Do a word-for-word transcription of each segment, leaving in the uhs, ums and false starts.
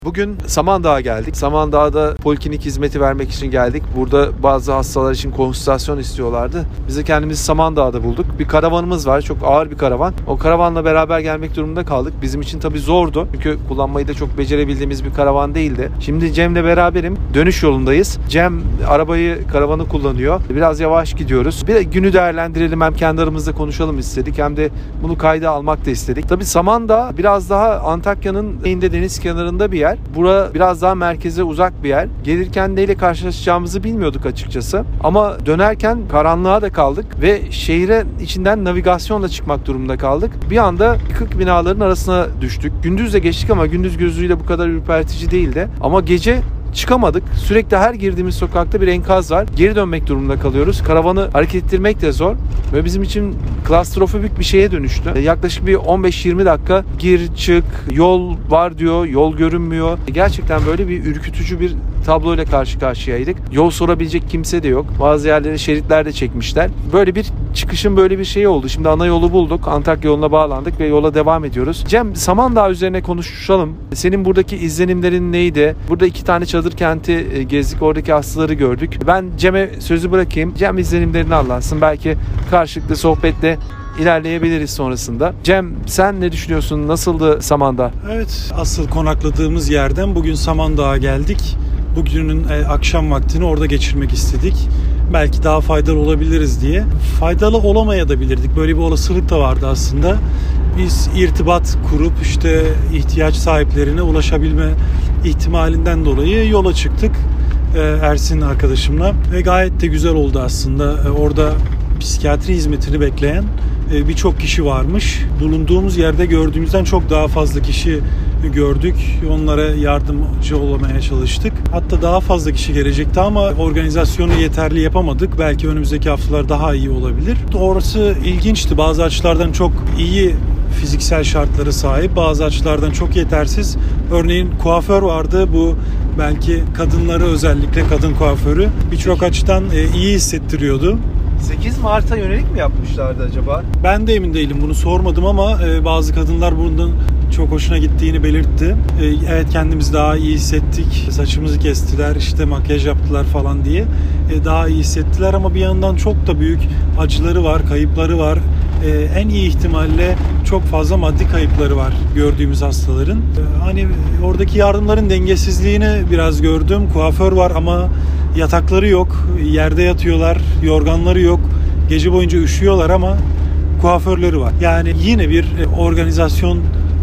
Bugün Samandağ'a geldik. Samandağ'da poliklinik hizmeti vermek için geldik. Burada bazı hastalar için konsültasyon istiyorlardı. Biz de kendimizi Samandağ'da bulduk. Bir karavanımız var. Çok ağır bir karavan. O karavanla beraber gelmek durumunda kaldık. Bizim için tabii zordu. Çünkü kullanmayı da çok becerebildiğimiz bir karavan değildi. Şimdi Cem'le beraberim. Dönüş yolundayız. Cem arabayı, karavanı kullanıyor. Biraz yavaş gidiyoruz. Bir de günü değerlendirelim. Hem kendi aramızda konuşalım istedik. Hem de bunu kayda almak da istedik. Tabii Samandağ biraz daha Antakya'nın inde deniz kenarında bir yer. Bura biraz daha merkeze uzak bir yer. Gelirken neyle karşılaşacağımızı bilmiyorduk açıkçası. Ama dönerken karanlığa da kaldık ve şehre içinden navigasyonla çıkmak durumunda kaldık. Bir anda yıkık binaların arasına düştük. Gündüz de geçtik ama gündüz gözüyle bu kadar ürpertici değildi. Ama gece çıkamadık. Sürekli her girdiğimiz sokakta bir enkaz var. Geri dönmek durumunda kalıyoruz. Karavanı hareket ettirmek de zor. Ve bizim için klastrofobik bir şeye dönüştü. Yaklaşık bir on beş yirmi dakika gir çık, yol var diyor, yol görünmüyor. Gerçekten böyle bir ürkütücü bir tabloyla karşı karşıyaydık. Yol sorabilecek kimse de yok. Bazı yerlere şeritler de çekmişler. Böyle bir çıkışın böyle bir şeyi oldu. Şimdi ana yolu bulduk. Antakya yoluna bağlandık ve yola devam ediyoruz. Cem, Samandağ üzerine konuşalım. Senin buradaki izlenimlerin neydi? Burada iki tane çadır kenti gezdik. Oradaki hastaları gördük. Ben Cem'e sözü bırakayım. Cem izlenimlerini anlatsın. Belki karşılıklı sohbetle ilerleyebiliriz sonrasında. Cem, sen ne düşünüyorsun? Nasıldı Samandağ? Evet, asıl konakladığımız yerden bugün Samandağ'a geldik. Bugünün e, akşam vaktini orada geçirmek istedik. Belki daha faydalı olabiliriz diye. Faydalı olamayabilirdik. Böyle bir olasılık da vardı aslında. Biz irtibat kurup işte ihtiyaç sahiplerine ulaşabilme ihtimalinden dolayı yola çıktık e, Ersin arkadaşımla. Ve gayet de güzel oldu aslında. E, orada psikiyatri hizmetini bekleyen e, birçok kişi varmış. Bulunduğumuz yerde gördüğümüzden çok daha fazla kişi gördük. Onlara yardımcı olmaya çalıştık. Hatta daha fazla kişi gelecekti ama organizasyonu yeterli yapamadık. Belki önümüzdeki haftalar daha iyi olabilir. Orası ilginçti. Bazı açılardan çok iyi fiziksel şartları sahip. Bazı açılardan çok yetersiz. Örneğin kuaför vardı. Bu belki kadınları, özellikle kadın kuaförü birçok açıdan iyi hissettiriyordu. sekiz Mart'a yönelik mi yapmışlardı acaba? Ben de emin değilim, bunu sormadım ama bazı kadınlar bundan çok hoşuna gittiğini belirtti. Evet, kendimizi daha iyi hissettik. Saçımızı kestiler, işte makyaj yaptılar falan diye. Daha iyi hissettiler ama bir yandan çok da büyük acıları var, kayıpları var. En iyi ihtimalle çok fazla maddi kayıpları var gördüğümüz hastaların. Hani oradaki yardımların dengesizliğini biraz gördüm. Kuaför var ama yatakları yok. Yerde yatıyorlar, yorganları yok. Gece boyunca üşüyorlar ama kuaförleri var. Yani yine bir organizasyon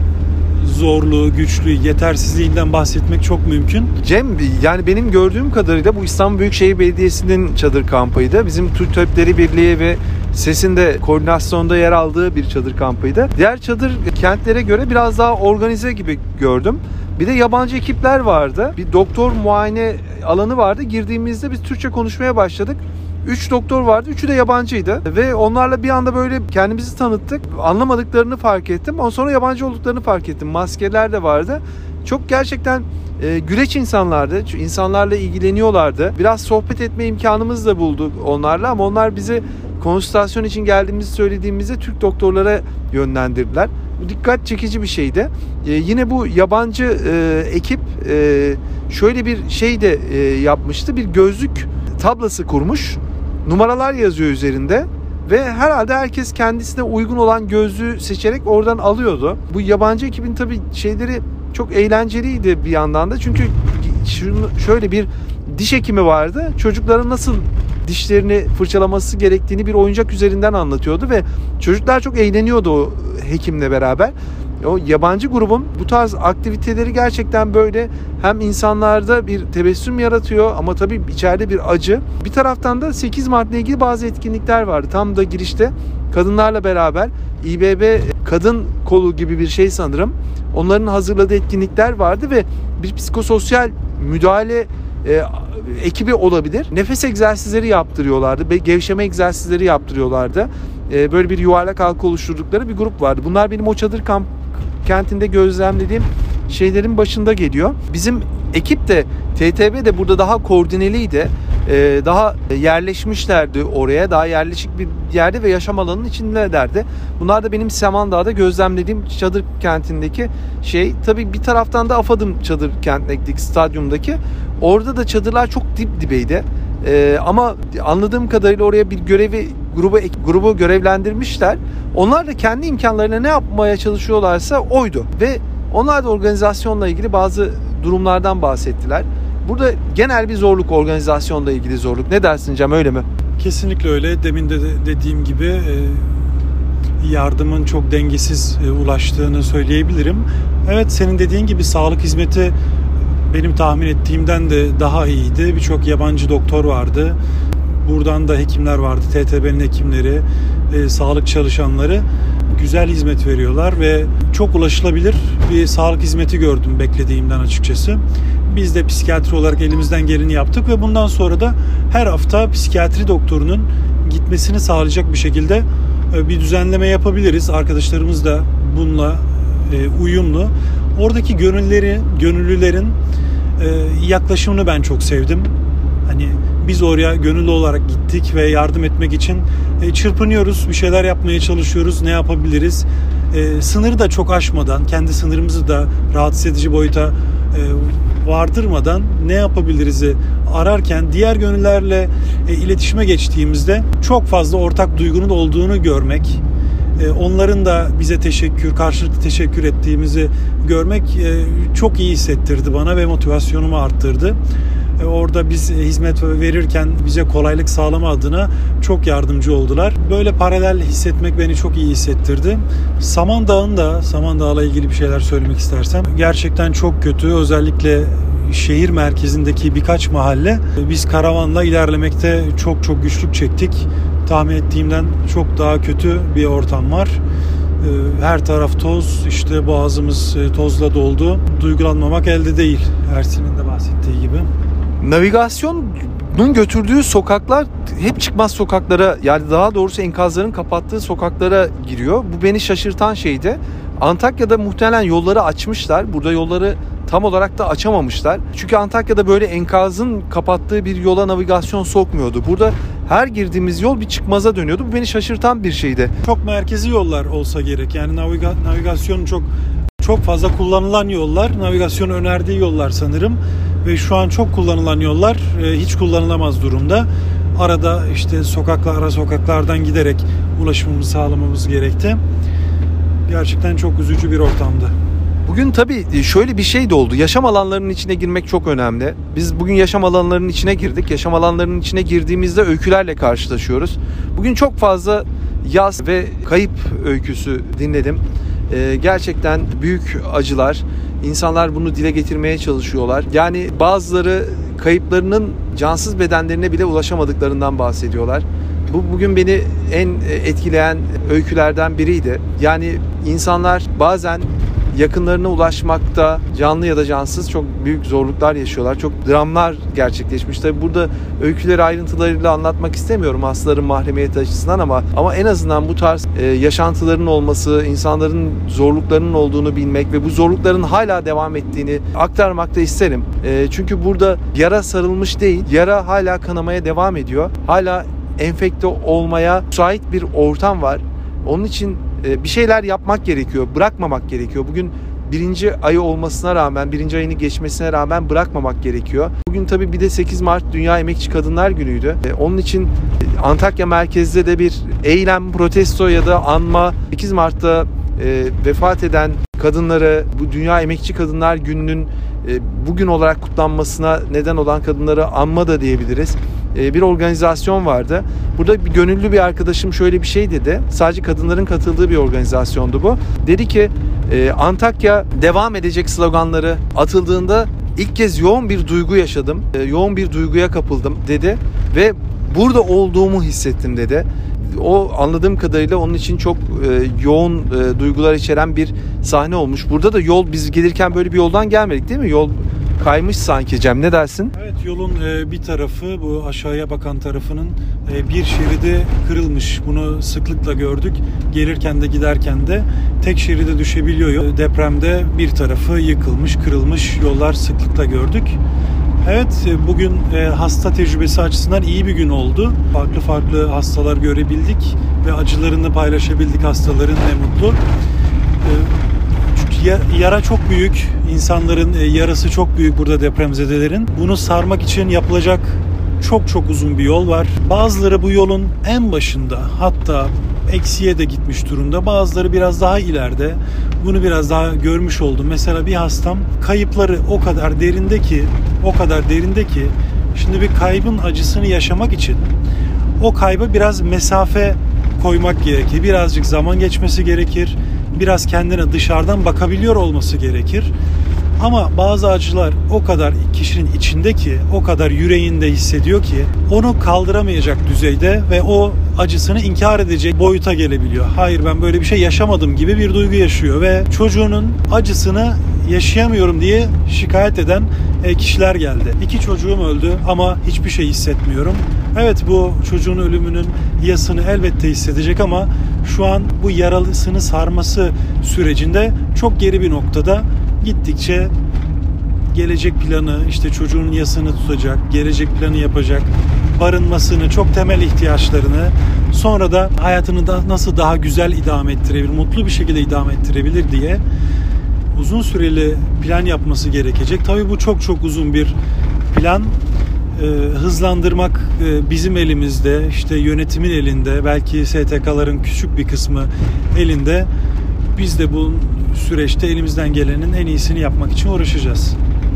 zorluğu, güçlüğü, yetersizliğinden bahsetmek çok mümkün. Cem, yani benim gördüğüm kadarıyla bu İstanbul Büyükşehir Belediyesi'nin çadır kampıydı. Bizim Türk Tabipleri Birliği ve SES'in de koordinasyonda yer aldığı bir çadır kampıydı. Diğer çadır kentlere göre biraz daha organize gibi gördüm. Bir de yabancı ekipler vardı. Bir doktor muayene alanı vardı. Girdiğimizde biz Türkçe konuşmaya başladık. Üç doktor vardı. Üçü de yabancıydı. Ve onlarla bir anda böyle kendimizi tanıttık. Anlamadıklarını fark ettim. Ondan sonra yabancı olduklarını fark ettim. Maskeler de vardı. Çok gerçekten e, güleç insanlardı. Çünkü insanlarla ilgileniyorlardı. Biraz sohbet etme imkanımız da bulduk onlarla ama onlar bizi konsültasyon için geldiğimizi söylediğimizde Türk doktorlara yönlendirdiler. Bu dikkat çekici bir şeydi. Ee, yine bu yabancı e, ekip e, şöyle bir şey de e, yapmıştı. Bir gözlük tablası kurmuş. Numaralar yazıyor üzerinde. Ve herhalde herkes kendisine uygun olan gözlüğü seçerek oradan alıyordu. Bu yabancı ekibin tabii şeyleri çok eğlenceliydi bir yandan da. Çünkü şunu, şöyle bir diş hekimi vardı. Çocukların nasıl dişlerini fırçalaması gerektiğini bir oyuncak üzerinden anlatıyordu ve çocuklar çok eğleniyordu o hekimle beraber. O yabancı grubun bu tarz aktiviteleri gerçekten böyle hem insanlarda bir tebessüm yaratıyor ama tabii içeride bir acı. Bir taraftan da sekiz Mart'la ilgili bazı etkinlikler vardı. Tam da girişte kadınlarla beraber İ B B kadın kolu gibi bir şey sanırım. Onların hazırladığı etkinlikler vardı ve bir psikososyal müdahale e, ekibi olabilir. Nefes egzersizleri yaptırıyorlardı. Gevşeme egzersizleri yaptırıyorlardı. E, böyle bir yuvarlak halka oluşturdukları bir grup vardı. Bunlar benim o çadır kamp kentinde gözlemlediğim şeylerin başında geliyor. Bizim ekip de T T B de burada daha koordineliydi. e, daha yerleşmişlerdi oraya. Daha yerleşik bir yerde ve yaşam alanının içindelerdi. Bunlar da benim Samandağ'da gözlemlediğim çadır kentindeki şey. Tabii bir taraftan da AFAD'ın çadır kentindeki stadyumdaki. Orada da çadırlar çok dip dibeydi. Ee, ama anladığım kadarıyla oraya bir görevi grubu grubu görevlendirmişler. Onlar da kendi imkanlarıyla ne yapmaya çalışıyorlarsa oydu ve onlar da organizasyonla ilgili bazı durumlardan bahsettiler. Burada genel bir zorluk, organizasyonla ilgili zorluk. Ne dersin Cem, öyle mi? Kesinlikle öyle. Demin de dediğim gibi yardımın çok dengesiz ulaştığını söyleyebilirim. Evet, senin dediğin gibi sağlık hizmeti benim tahmin ettiğimden de daha iyiydi. Birçok yabancı doktor vardı. Buradan da hekimler vardı. T T B'nin hekimleri, e, sağlık çalışanları güzel hizmet veriyorlar ve çok ulaşılabilir bir sağlık hizmeti gördüm beklediğimden açıkçası. Biz de psikiyatri olarak elimizden geleni yaptık ve bundan sonra da her hafta psikiyatri doktorunun gitmesini sağlayacak bir şekilde bir düzenleme yapabiliriz. Arkadaşlarımız da bununla e, uyumlu. Oradaki gönülleri, gönüllülerin e, yaklaşımını ben çok sevdim. Hani biz oraya gönüllü olarak gittik ve yardım etmek için e, çırpınıyoruz, bir şeyler yapmaya çalışıyoruz. Ne yapabiliriz? E, sınırı da çok aşmadan, kendi sınırımızı da rahatsız edici boyuta e, vardırmadan ne yapabiliriz'i ararken diğer gönüllerle e, iletişime geçtiğimizde çok fazla ortak duygunun olduğunu görmek, e, onların da bize teşekkür, karşılıklı teşekkür ettiğimizi görmek e, çok iyi hissettirdi bana ve motivasyonumu arttırdı. E, orada biz hizmet verirken bize kolaylık sağlama adına çok yardımcı oldular. Böyle paralel hissetmek beni çok iyi hissettirdi. Samandağ'ın da, Samandağ'la ilgili bir şeyler söylemek istersem, gerçekten çok kötü. Özellikle şehir merkezindeki birkaç mahalle biz karavanla ilerlemekte çok çok güçlük çektik. Tahmin ettiğimden çok daha kötü bir ortam var. Her taraf toz, işte boğazımız tozla doldu. Duygulanmamak elde değil, Ersin'in de bahsettiği gibi. Navigasyonun götürdüğü sokaklar hep çıkmaz sokaklara, yani daha doğrusu enkazların kapattığı sokaklara giriyor. Bu beni şaşırtan şeydi. Antakya'da muhtemelen yolları açmışlar. Burada yolları tam olarak da açamamışlar. Çünkü Antakya'da böyle enkazın kapattığı bir yola navigasyon sokmuyordu. Burada her girdiğimiz yol bir çıkmaza dönüyordu. Bu beni şaşırtan bir şeydi. Çok merkezi yollar olsa gerek. Yani naviga- navigasyonun çok çok fazla kullanılan yollar, navigasyonun önerdiği yollar sanırım. Ve şu an çok kullanılan yollar e, hiç kullanılamaz durumda. Arada işte sokaklar, ara sokaklardan giderek ulaşımımızı sağlamamız gerekti. Gerçekten çok üzücü bir ortamdı. Bugün tabii şöyle bir şey de oldu. Yaşam alanlarının içine girmek çok önemli. Biz bugün yaşam alanlarının içine girdik. Yaşam alanlarının içine girdiğimizde öykülerle karşılaşıyoruz. Bugün çok fazla yas ve kayıp öyküsü dinledim. Ee, gerçekten büyük acılar. İnsanlar bunu dile getirmeye çalışıyorlar. Yani bazıları kayıplarının cansız bedenlerine bile ulaşamadıklarından bahsediyorlar. Bu bugün beni en etkileyen öykülerden biriydi. Yani insanlar bazen yakınlarına ulaşmakta canlı ya da cansız çok büyük zorluklar yaşıyorlar. Çok dramlar gerçekleşmiş. Tabii burada öyküleri ayrıntılarıyla anlatmak istemiyorum hastaların mahremiyeti açısından ama ama en azından bu tarz e, yaşantıların olması, insanların zorluklarının olduğunu bilmek ve bu zorlukların hala devam ettiğini aktarmak da isterim. E, çünkü burada yara sarılmış değil, yara hala kanamaya devam ediyor. Hala enfekte olmaya müsait bir ortam var. Onun için bir şeyler yapmak gerekiyor, bırakmamak gerekiyor. Bugün birinci ayı olmasına rağmen, birinci ayını geçmesine rağmen bırakmamak gerekiyor. Bugün tabii bir de sekiz Mart Dünya Emekçi Kadınlar Günü'ydü. Onun için Antakya merkezde de bir eylem, protesto ya da anma, sekiz Mart'ta e, vefat eden kadınları, bu Dünya Emekçi Kadınlar Günü'nün e, bugün olarak kutlanmasına neden olan kadınları anma da diyebiliriz. Bir organizasyon vardı. Burada bir gönüllü bir arkadaşım şöyle bir şey dedi. Sadece kadınların katıldığı bir organizasyondu bu. Dedi ki Antakya devam edecek sloganları atıldığında ilk kez yoğun bir duygu yaşadım. Yoğun bir duyguya kapıldım dedi. Ve burada olduğumu hissettim dedi. O anladığım kadarıyla onun için çok e, yoğun e, duygular içeren bir sahne olmuş. Burada da yol, biz gelirken böyle bir yoldan gelmedik değil mi? Yol kaymış sanki Cem, ne dersin? Evet, yolun e, bir tarafı, bu aşağıya bakan tarafının e, bir şeridi kırılmış. Bunu sıklıkla gördük. Gelirken de giderken de tek şeride düşebiliyor. Depremde bir tarafı yıkılmış, kırılmış yollar sıklıkla gördük. Evet, bugün hasta tecrübesi açısından iyi bir gün oldu. Farklı farklı hastalar görebildik ve acılarını paylaşabildik hastaların, ne mutlu. Yara çok büyük, insanların yarası çok büyük burada, depremzedelerin. Bunu sarmak için yapılacak çok çok uzun bir yol var. Bazıları bu yolun en başında, hatta eksiye de gitmiş durumda. Bazıları biraz daha ileride. Bunu biraz daha görmüş oldum. Mesela bir hastam, kayıpları o kadar derinde ki, o kadar derinde ki, şimdi bir kaybın acısını yaşamak için o kayba biraz mesafe koymak gerekir. Birazcık zaman geçmesi gerekir. Biraz kendine dışarıdan bakabiliyor olması gerekir. Ama bazı acılar o kadar kişinin içinde ki, o kadar yüreğinde hissediyor ki onu kaldıramayacak düzeyde ve o acısını inkar edecek boyuta gelebiliyor. Hayır, ben böyle bir şey yaşamadım gibi bir duygu yaşıyor ve çocuğunun acısını yaşayamıyorum diye şikayet eden kişiler geldi. İki çocuğum öldü ama hiçbir şey hissetmiyorum. Evet, bu çocuğun ölümünün yasını elbette hissedecek ama şu an bu yaralısını sarması sürecinde çok geri bir noktada. Gittikçe gelecek planı, işte çocuğun yasını tutacak, gelecek planı yapacak, barınmasını, çok temel ihtiyaçlarını, sonra da hayatını da nasıl daha güzel idame ettirebilir, mutlu bir şekilde idame ettirebilir diye uzun süreli plan yapması gerekecek. Tabii bu çok çok uzun bir plan. Ee, hızlandırmak e, bizim elimizde, işte yönetimin elinde, belki S T K'ların küçük bir kısmı elinde. Biz de bu süreçte elimizden gelenin en iyisini yapmak için uğraşacağız.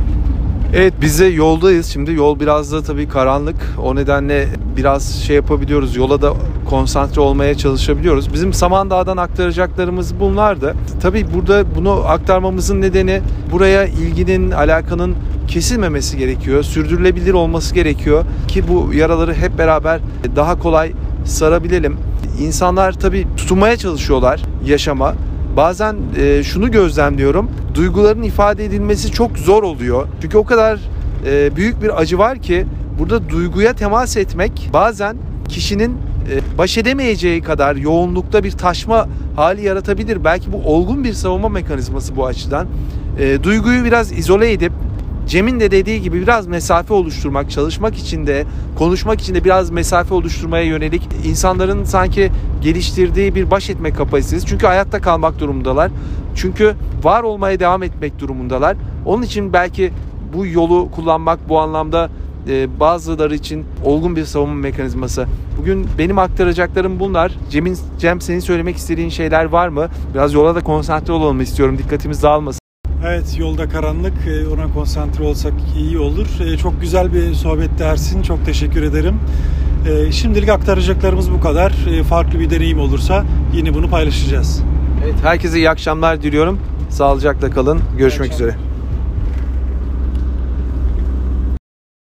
Evet, biz de yoldayız. Şimdi yol biraz da tabii karanlık. O nedenle biraz şey yapabiliyoruz. Yola da konsantre olmaya çalışabiliyoruz. Bizim Samandağ'dan aktaracaklarımız bunlardı. Tabii burada bunu aktarmamızın nedeni, buraya ilginin, alakanın kesilmemesi gerekiyor. Sürdürülebilir olması gerekiyor ki bu yaraları hep beraber daha kolay sarabilelim. İnsanlar tabii tutunmaya çalışıyorlar yaşama. Bazen e, şunu gözlemliyorum, duyguların ifade edilmesi çok zor oluyor. Çünkü o kadar e, büyük bir acı var ki burada duyguya temas etmek bazen kişinin e, baş edemeyeceği kadar yoğunlukta bir taşma hali yaratabilir. Belki bu olgun bir savunma mekanizması bu açıdan. E, duyguyu biraz izole edip, Cem'in de dediği gibi biraz mesafe oluşturmak, çalışmak için de, konuşmak için de biraz mesafe oluşturmaya yönelik insanların sanki geliştirdiği bir baş etme kapasitesi. Çünkü hayatta kalmak durumundalar. Çünkü var olmaya devam etmek durumundalar. Onun için belki bu yolu kullanmak bu anlamda e, bazıları için olgun bir savunma mekanizması. Bugün benim aktaracaklarım bunlar. Cem'in, Cem, senin söylemek istediğin şeyler var mı? Biraz yola da konsantre olalım istiyorum. Dikkatimiz dağılmasın. Evet, yolda karanlık, ona konsantre olsak iyi olur. Çok güzel bir sohbetti Ersin, çok teşekkür ederim. Şimdilik aktaracaklarımız bu kadar. Farklı bir deneyim olursa yine bunu paylaşacağız. Evet, herkese iyi akşamlar diliyorum. Sağlıcakla kalın. Görüşmek üzere.